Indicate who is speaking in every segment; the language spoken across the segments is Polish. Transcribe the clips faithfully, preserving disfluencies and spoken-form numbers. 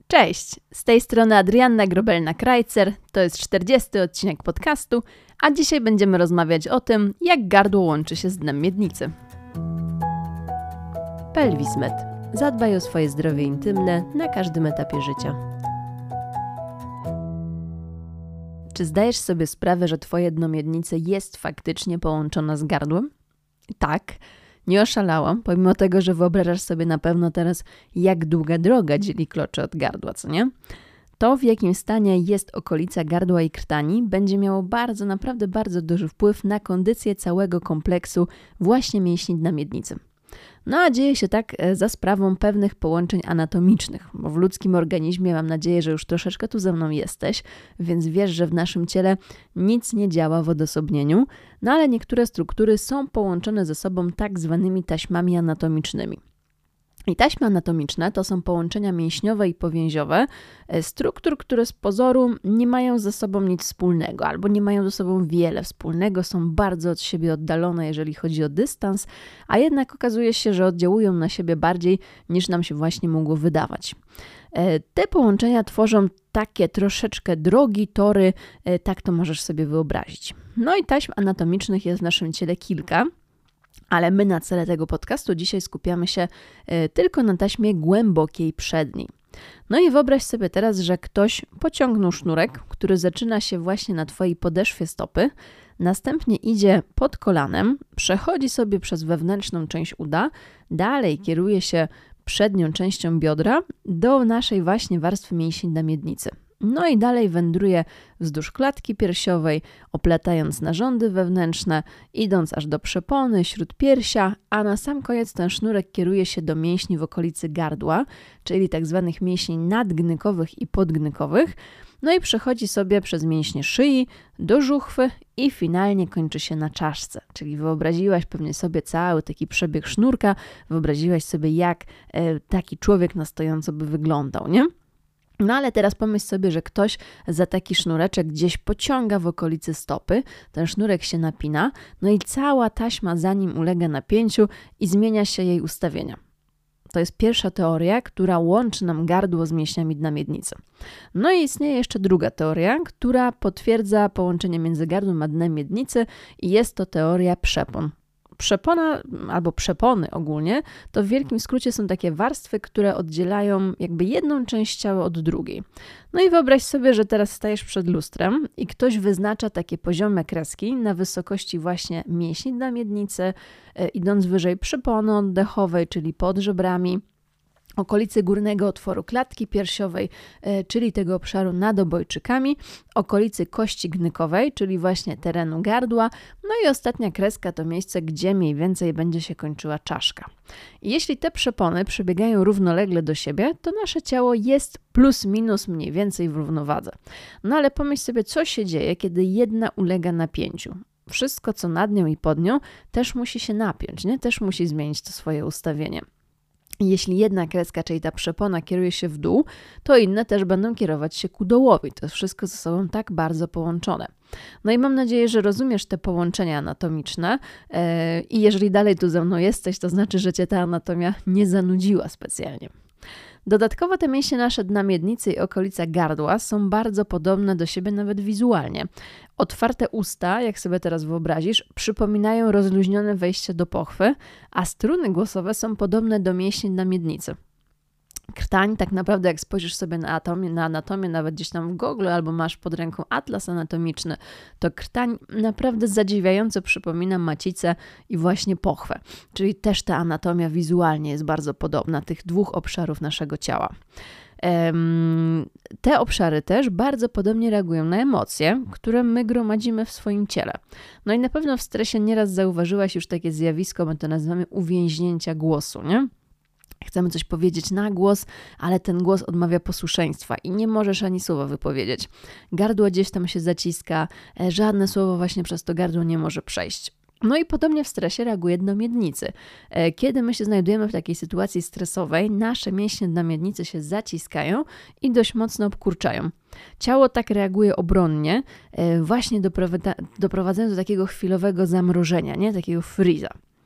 Speaker 1: Cześć, z tej strony Adrianna Grobelna-Krajcer, to jest czterdziesty odcinek podcastu, a dzisiaj będziemy rozmawiać o tym, jak gardło łączy się z dnem miednicy. Pelwismed. Zadbaj o swoje zdrowie intymne na każdym etapie życia. Czy zdajesz sobie sprawę, że twoje dno miednicy jest faktycznie połączone z gardłem? Tak. Nie oszalałam, pomimo tego, że wyobrażasz sobie na pewno teraz, jak długa droga dzieli klocze od gardła, co nie? To, w jakim stanie jest okolica gardła i krtani, będzie miało bardzo, naprawdę bardzo duży wpływ na kondycję całego kompleksu właśnie mięśni dna miednicy. No a dzieje się tak za sprawą pewnych połączeń anatomicznych, bo w ludzkim organizmie mam nadzieję, że już troszeczkę tu ze mną jesteś, więc wiesz, że w naszym ciele nic nie działa w odosobnieniu, no ale niektóre struktury są połączone ze sobą tak zwanymi taśmami anatomicznymi. I taśmy anatomiczne to są połączenia mięśniowe i powięziowe struktur, które z pozoru nie mają ze sobą nic wspólnego albo nie mają ze sobą wiele wspólnego, są bardzo od siebie oddalone, jeżeli chodzi o dystans, a jednak okazuje się, że oddziałują na siebie bardziej niż nam się właśnie mogło wydawać. Te połączenia tworzą takie troszeczkę drogi, tory, tak to możesz sobie wyobrazić. No i taśm anatomicznych jest w naszym ciele kilka. Ale my na cele tego podcastu dzisiaj skupiamy się tylko na taśmie głębokiej przedniej. No i wyobraź sobie teraz, że ktoś pociągnął sznurek, który zaczyna się właśnie na twojej podeszwie stopy, następnie idzie pod kolanem, przechodzi sobie przez wewnętrzną część uda, dalej kieruje się przednią częścią biodra do naszej właśnie warstwy mięśni na miednicy. No i dalej wędruje wzdłuż klatki piersiowej, oplatając narządy wewnętrzne, idąc aż do przepony, śródpiersia, a na sam koniec ten sznurek kieruje się do mięśni w okolicy gardła, czyli tak zwanych mięśni nadgnykowych i podgnykowych, no i przechodzi sobie przez mięśnie szyi, do żuchwy i finalnie kończy się na czaszce. Czyli wyobraziłaś pewnie sobie cały taki przebieg sznurka, wyobraziłaś sobie, jak e, taki człowiek na stojąco by wyglądał, nie? No ale teraz pomyśl sobie, że ktoś za taki sznureczek gdzieś pociąga w okolicy stopy, ten sznurek się napina, no i cała taśma za nim ulega napięciu i zmienia się jej ustawienia. To jest pierwsza teoria, która łączy nam gardło z mięśniami dna miednicy. No i istnieje jeszcze druga teoria, która potwierdza połączenie między gardłem a dnem miednicy i jest to teoria przepon. Przepona albo przepony ogólnie to w wielkim skrócie są takie warstwy, które oddzielają jakby jedną część ciała od drugiej. No i wyobraź sobie, że teraz stajesz przed lustrem i ktoś wyznacza takie poziome kreski na wysokości właśnie mięśni dna miednicy, idąc wyżej przepony oddechowej, czyli pod żebrami, okolicy górnego otworu klatki piersiowej, czyli tego obszaru nad obojczykami, okolicy kości gnykowej, czyli właśnie terenu gardła, no i ostatnia kreska to miejsce, gdzie mniej więcej będzie się kończyła czaszka. I jeśli te przepony przebiegają równolegle do siebie, to nasze ciało jest plus minus mniej więcej w równowadze. No ale pomyśl sobie, co się dzieje, kiedy jedna ulega napięciu. Wszystko, co nad nią i pod nią, też musi się napiąć, nie? Też musi zmienić to swoje ustawienie. Jeśli jedna kreska, czyli ta przepona kieruje się w dół, to inne też będą kierować się ku dołowi. To jest wszystko ze sobą tak bardzo połączone. No i mam nadzieję, że rozumiesz te połączenia anatomiczne yy, i jeżeli dalej tu ze mną jesteś, to znaczy, że cię ta anatomia nie zanudziła specjalnie. Dodatkowo te mięśnie nasze dna miednicy i okolica gardła są bardzo podobne do siebie nawet wizualnie. Otwarte usta, jak sobie teraz wyobrazisz, przypominają rozluźnione wejście do pochwy, a struny głosowe są podobne do mięśni dna miednicy. Krtań, tak naprawdę jak spojrzysz sobie na anatomię, na anatomię, nawet gdzieś tam w Google albo masz pod ręką atlas anatomiczny, to krtań naprawdę zadziwiająco przypomina macicę i właśnie pochwę. Czyli też ta anatomia wizualnie jest bardzo podobna tych dwóch obszarów naszego ciała. Um, te obszary też bardzo podobnie reagują na emocje, które my gromadzimy w swoim ciele. No i na pewno w stresie nieraz zauważyłaś już takie zjawisko, my to nazywamy uwięźnięcia głosu, nie? Chcemy coś powiedzieć na głos, ale ten głos odmawia posłuszeństwa i nie możesz ani słowa wypowiedzieć. Gardło gdzieś tam się zaciska, żadne słowo właśnie przez to gardło nie może przejść. No i podobnie w stresie reaguje dno miednicy. Kiedy my się znajdujemy w takiej sytuacji stresowej, nasze mięśnie dna miednicy się zaciskają i dość mocno obkurczają. Ciało tak reaguje obronnie, właśnie doprowadza, doprowadzając do takiego chwilowego zamrożenia, nie? Takiego freeza.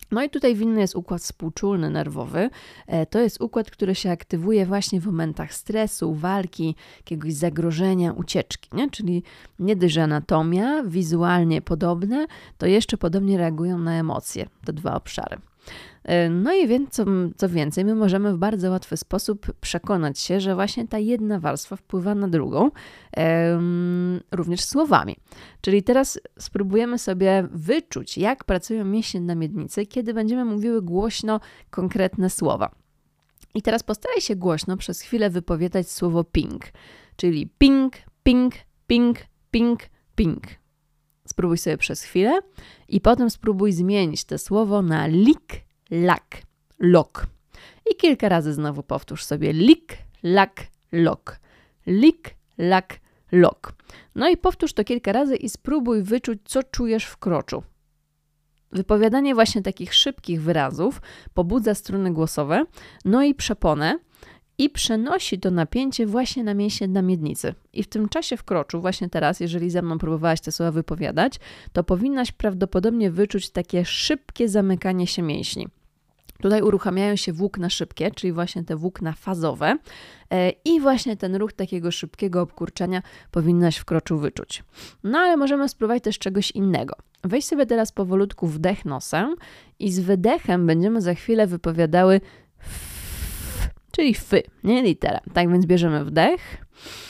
Speaker 1: No i tutaj winny jest układ współczulny nerwowy. To jest układ, który się aktywuje właśnie w momentach stresu, walki, jakiegoś zagrożenia, ucieczki, nie? Czyli nie dość, że anatomia, wizualnie podobne, to jeszcze podobnie reagują na emocje, te dwa obszary. No i więc, co, co więcej, my możemy w bardzo łatwy sposób przekonać się, że właśnie ta jedna warstwa wpływa na drugą, um, również słowami. Czyli teraz spróbujemy sobie wyczuć, jak pracują mięśnie na miednicy, kiedy będziemy mówiły głośno konkretne słowa. I teraz postaraj się głośno przez chwilę wypowiadać słowo ping, czyli ping, ping, ping, ping, ping. Spróbuj sobie przez chwilę i potem spróbuj zmienić to słowo na lik, lak, lok. I kilka razy znowu powtórz sobie lik, lak, lok. Lik, lak, lok. No i powtórz to kilka razy i spróbuj wyczuć, co czujesz w kroczu. Wypowiadanie właśnie takich szybkich wyrazów pobudza struny głosowe, no i przeponę i przenosi to napięcie właśnie na mięśnie na miednicy. I w tym czasie w kroczu, właśnie teraz, jeżeli ze mną próbowałaś te słowa wypowiadać, to powinnaś prawdopodobnie wyczuć takie szybkie zamykanie się mięśni. Tutaj uruchamiają się włókna szybkie, czyli właśnie te włókna fazowe i właśnie ten ruch takiego szybkiego obkurczania powinnaś w kroczu wyczuć. No ale możemy spróbować też czegoś innego. Weź sobie teraz powolutku wdech nosem i z wydechem będziemy za chwilę wypowiadały f, czyli fy, nie litera. Tak więc bierzemy wdech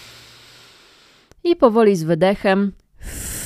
Speaker 1: i powoli z wydechem f.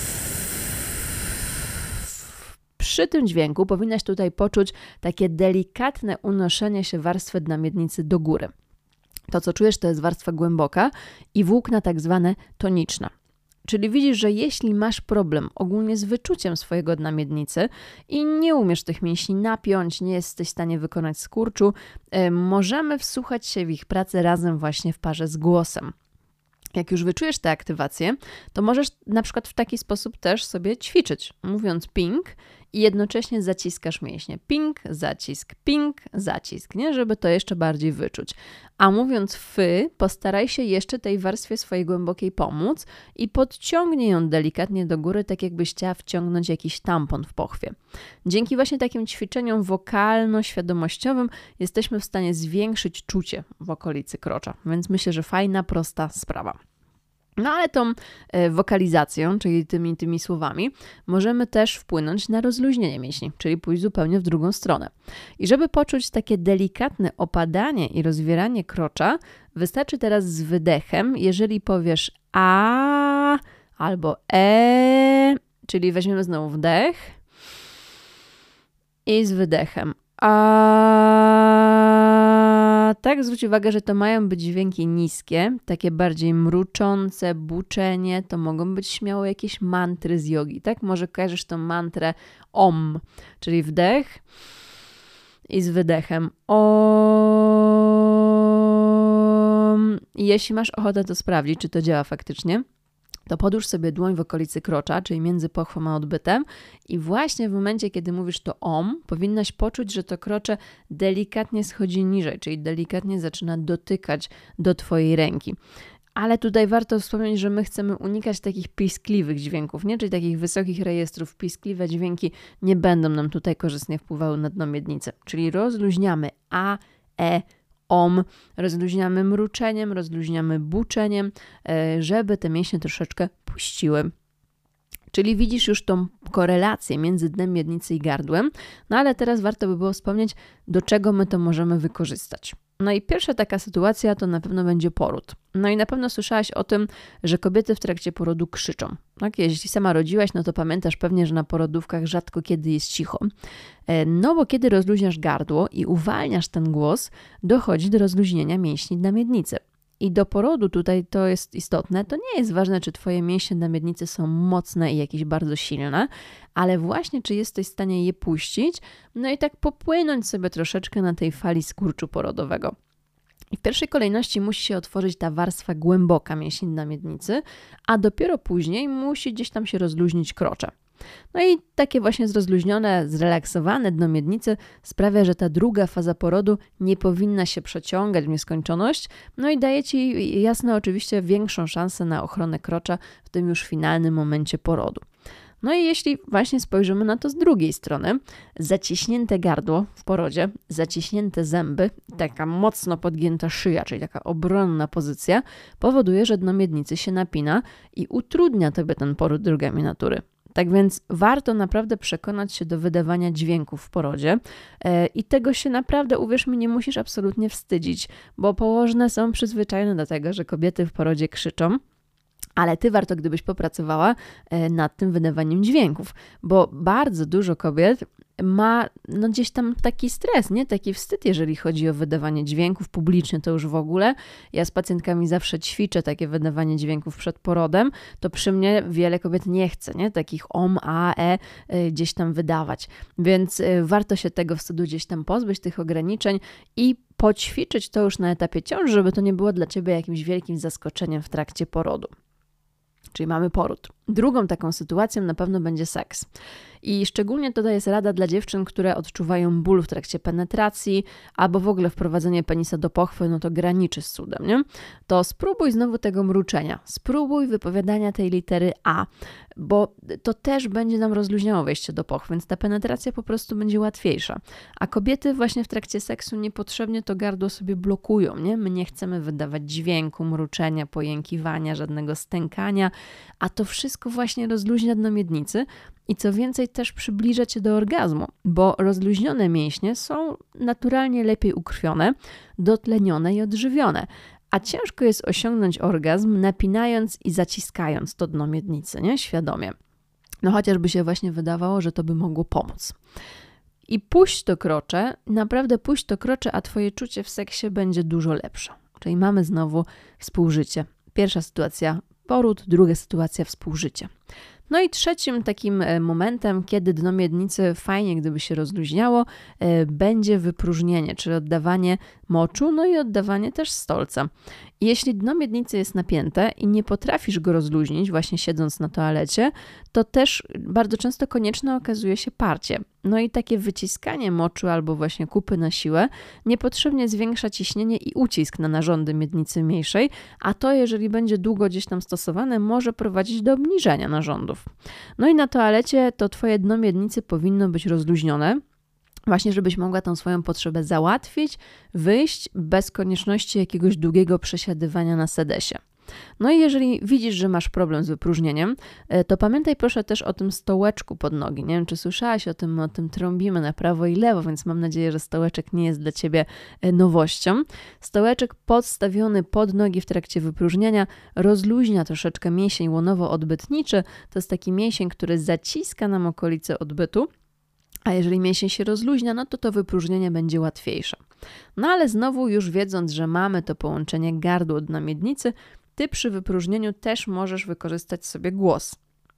Speaker 1: Przy tym dźwięku powinnaś tutaj poczuć takie delikatne unoszenie się warstwy dna miednicy do góry. To, co czujesz, to jest warstwa głęboka i włókna tak zwane toniczne. Czyli widzisz, że jeśli masz problem ogólnie z wyczuciem swojego dna miednicy i nie umiesz tych mięśni napiąć, nie jesteś w stanie wykonać skurczu, yy, możemy wsłuchać się w ich pracę razem właśnie w parze z głosem. Jak już wyczujesz tę aktywację, to możesz na przykład w taki sposób też sobie ćwiczyć, mówiąc ping i jednocześnie zaciskasz mięśnie. Ping, zacisk, ping, zacisk, nie? Żeby to jeszcze bardziej wyczuć. A mówiąc fy, postaraj się jeszcze tej warstwie swojej głębokiej pomóc i podciągnij ją delikatnie do góry, tak jakbyś chciała wciągnąć jakiś tampon w pochwie. Dzięki właśnie takim ćwiczeniom wokalno-świadomościowym jesteśmy w stanie zwiększyć czucie w okolicy krocza, więc myślę, że fajna, prosta sprawa. No ale tą e, wokalizacją, czyli tymi, tymi słowami, możemy też wpłynąć na rozluźnienie mięśni, czyli pójść zupełnie w drugą stronę. I żeby poczuć takie delikatne opadanie i rozwieranie krocza, wystarczy teraz z wydechem, jeżeli powiesz a albo e, czyli weźmiemy znowu wdech i z wydechem a. Tak, zwróć uwagę, że to mają być dźwięki niskie, takie bardziej mruczące, buczenie, to mogą być śmiało jakieś mantry z jogi, tak? Może kojarzysz tą mantrę om, czyli wdech i z wydechem om. I jeśli masz ochotę to sprawdzić, czy to działa faktycznie, to podłóż sobie dłoń w okolicy krocza, czyli między pochwą a odbytem i właśnie w momencie, kiedy mówisz to om, powinnaś poczuć, że to krocze delikatnie schodzi niżej, czyli delikatnie zaczyna dotykać do twojej ręki. Ale tutaj warto wspomnieć, że my chcemy unikać takich piskliwych dźwięków, nie? Czyli takich wysokich rejestrów. Piskliwe dźwięki nie będą nam tutaj korzystnie wpływały na dno miednicy. Czyli rozluźniamy a, e, om, rozluźniamy mruczeniem, rozluźniamy buczeniem, żeby te mięśnie troszeczkę puściły. Czyli widzisz już tą korelację między dnem miednicy i gardłem, no ale teraz warto by było wspomnieć, do czego my to możemy wykorzystać. No i pierwsza taka sytuacja to na pewno będzie poród. No i na pewno słyszałaś o tym, że kobiety w trakcie porodu krzyczą. Tak? Jeśli sama rodziłaś, no to pamiętasz pewnie, że na porodówkach rzadko kiedy jest cicho. No bo kiedy rozluźniasz gardło i uwalniasz ten głos, dochodzi do rozluźnienia mięśni na miednicy. I do porodu tutaj to jest istotne, to nie jest ważne, czy twoje mięśnie na miednicy są mocne i jakieś bardzo silne, ale właśnie czy jesteś w stanie je puścić, no i tak popłynąć sobie troszeczkę na tej fali skurczu porodowego. I w pierwszej kolejności musi się otworzyć ta warstwa głęboka mięśni na miednicy, a dopiero później musi gdzieś tam się rozluźnić krocze. No i takie właśnie zrozluźnione, zrelaksowane dno miednicy sprawia, że ta druga faza porodu nie powinna się przeciągać w nieskończoność, no i daje ci jasno oczywiście większą szansę na ochronę krocza w tym już finalnym momencie porodu. No i jeśli właśnie spojrzymy na to z drugiej strony, zaciśnięte gardło w porodzie, zaciśnięte zęby, taka mocno podgięta szyja, czyli taka obronna pozycja, powoduje, że dno miednicy się napina i utrudnia tobie ten poród drogami natury. Tak więc warto naprawdę przekonać się do wydawania dźwięków w porodzie yy, i tego się naprawdę, uwierz mi, nie musisz absolutnie wstydzić, bo położne są przyzwyczajone do tego, że kobiety w porodzie krzyczą, ale ty warto, gdybyś popracowała nad tym wydawaniem dźwięków, bo bardzo dużo kobiet ma no gdzieś tam taki stres, nie? Taki wstyd, jeżeli chodzi o wydawanie dźwięków publicznie, to już w ogóle. Ja z pacjentkami zawsze ćwiczę takie wydawanie dźwięków przed porodem, to przy mnie wiele kobiet nie chce, nie? Takich om, a, e gdzieś tam wydawać, więc warto się tego wstydu gdzieś tam pozbyć, tych ograniczeń i poćwiczyć to już na etapie ciąży, żeby to nie było dla ciebie jakimś wielkim zaskoczeniem w trakcie porodu. Czyli mamy poród. Drugą taką sytuacją na pewno będzie seks. I szczególnie to jest rada dla dziewczyn, które odczuwają ból w trakcie penetracji albo w ogóle wprowadzenie penisa do pochwy, no to graniczy z cudem, nie? To spróbuj znowu tego mruczenia. Spróbuj wypowiadania tej litery A, bo to też będzie nam rozluźniało wejście do pochwy, więc ta penetracja po prostu będzie łatwiejsza. A kobiety właśnie w trakcie seksu niepotrzebnie to gardło sobie blokują, nie? My nie chcemy wydawać dźwięku, mruczenia, pojękiwania, żadnego stękania, a to wszystko właśnie rozluźnia dno miednicy i co więcej też przybliża cię do orgazmu, bo rozluźnione mięśnie są naturalnie lepiej ukrwione, dotlenione i odżywione, a ciężko jest osiągnąć orgazm napinając i zaciskając to dno miednicy, nie? Świadomie. No chociażby się właśnie wydawało, że to by mogło pomóc. I puść to krocze, naprawdę puść to krocze, a twoje czucie w seksie będzie dużo lepsze. Czyli mamy znowu współżycie. Pierwsza sytuacja poród, druga sytuacja współżycie. No i trzecim takim momentem, kiedy dno miednicy fajnie, gdyby się rozluźniało, będzie wypróżnienie, czyli oddawanie moczu, no i oddawanie też stolca. I jeśli dno miednicy jest napięte i nie potrafisz go rozluźnić, właśnie siedząc na toalecie, to też bardzo często konieczne okazuje się parcie. No i takie wyciskanie moczu albo właśnie kupy na siłę niepotrzebnie zwiększa ciśnienie i ucisk na narządy miednicy mniejszej, a to jeżeli będzie długo gdzieś tam stosowane, może prowadzić do obniżenia narządów. No i na toalecie to twoje dno miednicy powinno być rozluźnione, właśnie żebyś mogła tą swoją potrzebę załatwić, wyjść bez konieczności jakiegoś długiego przesiadywania na sedesie. No i jeżeli widzisz, że masz problem z wypróżnieniem, to pamiętaj proszę też o tym stołeczku pod nogi. Nie wiem, czy słyszałaś o tym, o tym trąbimy na prawo i lewo, więc mam nadzieję, że stołeczek nie jest dla ciebie nowością. Stołeczek podstawiony pod nogi w trakcie wypróżniania rozluźnia troszeczkę mięsień łonowo-odbytniczy. To jest taki mięsień, który zaciska nam okolice odbytu. A jeżeli mięsień się rozluźnia, no to to wypróżnienie będzie łatwiejsze. No ale znowu już wiedząc, że mamy to połączenie gardło dna miednicy, ty przy wypróżnieniu też możesz wykorzystać sobie głos.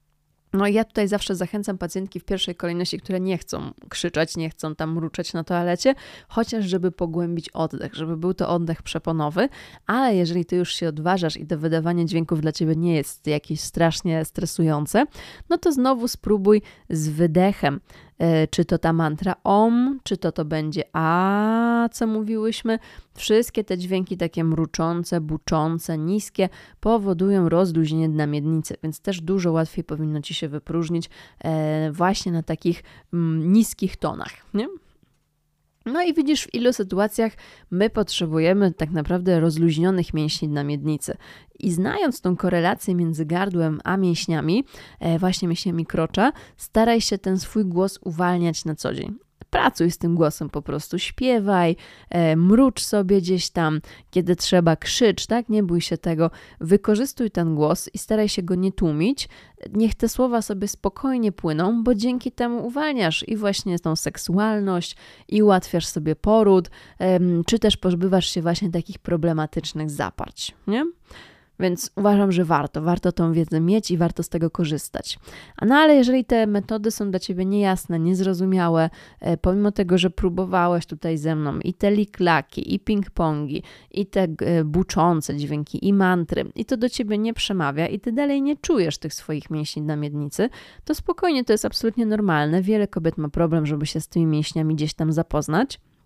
Speaker 1: No i ja tutaj zawsze zachęcam pacjentki w pierwszej kolejności, które nie chcą krzyczeć, nie chcą tam mruczeć na toalecie, chociaż żeby pogłębić oddech, żeby był to oddech przeponowy, ale jeżeli ty już się odważasz i to wydawanie dźwięków dla ciebie nie jest jakieś strasznie stresujące, no to znowu spróbuj z wydechem. Czy to ta mantra om, czy to to będzie a, co mówiłyśmy. Wszystkie te dźwięki takie mruczące, buczące, niskie powodują rozluźnienie dna miednicy, więc też dużo łatwiej powinno ci się wypróżnić e, właśnie na takich mm, niskich tonach, nie? No i widzisz, w ilu sytuacjach my potrzebujemy tak naprawdę rozluźnionych mięśni dna miednicy. I znając tą korelację między gardłem a mięśniami, właśnie mięśniami krocza, staraj się ten swój głos uwalniać na co dzień. Pracuj z tym głosem po prostu, śpiewaj, e, mrucz sobie gdzieś tam, kiedy trzeba, krzycz, tak? Nie bój się tego, wykorzystuj ten głos i staraj się go nie tłumić. Niech te słowa sobie spokojnie płyną, bo dzięki temu uwalniasz i właśnie tą seksualność i ułatwiasz sobie poród, e, czy też pozbywasz się właśnie takich problematycznych zaparć, nie? Więc uważam, że warto, warto tą wiedzę mieć i warto z tego korzystać. A no ale jeżeli te metody są dla ciebie niejasne, niezrozumiałe, e, pomimo tego, że próbowałeś tutaj ze mną i te liklaki, i ping-pongi, i te e, buczące dźwięki, i mantry, i to do ciebie nie przemawia i ty dalej nie czujesz tych swoich mięśni na miednicy, to spokojnie, to jest absolutnie normalne. Wiele kobiet ma problem, żeby się z tymi mięśniami gdzieś tam zapoznać.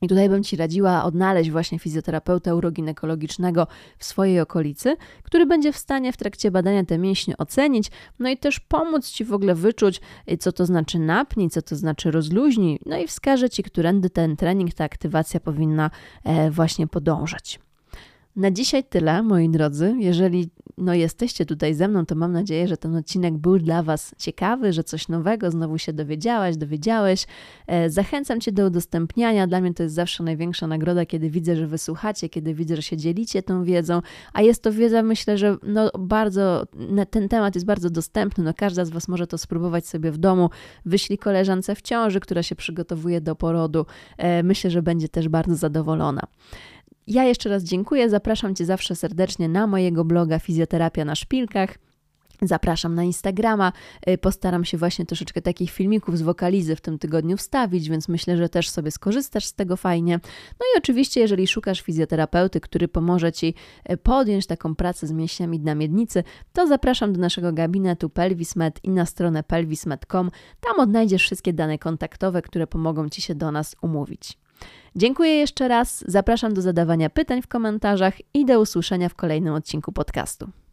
Speaker 1: I tutaj bym Ci radziła odnaleźć właśnie fizjoterapeutę uroginekologicznego w swojej okolicy, który będzie w stanie w trakcie badania te mięśnie ocenić, no i też pomóc Ci w ogóle wyczuć, co to znaczy napnij, co to znaczy rozluźnij, no i wskaże Ci, którędy ten trening, ta aktywacja powinna właśnie podążać. Na dzisiaj tyle, moi drodzy. Jeżeli no, jesteście tutaj ze mną, to mam nadzieję, że ten odcinek był dla Was ciekawy, że coś nowego znowu się dowiedziałaś, dowiedziałeś. E, zachęcam Cię do udostępniania. Dla mnie to jest zawsze największa nagroda, kiedy widzę, że wysłuchacie, kiedy widzę, że się dzielicie tą wiedzą, a jest to wiedza, myślę, że no, bardzo, ten temat jest bardzo dostępny. No, każda z Was może to spróbować sobie w domu. Wyślij koleżance w ciąży, która się przygotowuje do porodu. E, myślę, że będzie też bardzo zadowolona. Ja jeszcze raz dziękuję, zapraszam Cię zawsze serdecznie na mojego bloga Fizjoterapia na Szpilkach. Zapraszam na Instagrama, postaram się właśnie troszeczkę takich filmików z wokalizy w tym tygodniu wstawić, więc myślę, że też sobie skorzystasz z tego fajnie. No i oczywiście, jeżeli szukasz fizjoterapeuty, który pomoże Ci podjąć taką pracę z mięśniami dna miednicy, to zapraszam do naszego gabinetu PelvisMed i na stronę pelvis med kropka com. Tam odnajdziesz wszystkie dane kontaktowe, które pomogą Ci się do nas umówić. Dziękuję jeszcze raz, zapraszam do zadawania pytań w komentarzach i do usłyszenia w kolejnym odcinku podcastu.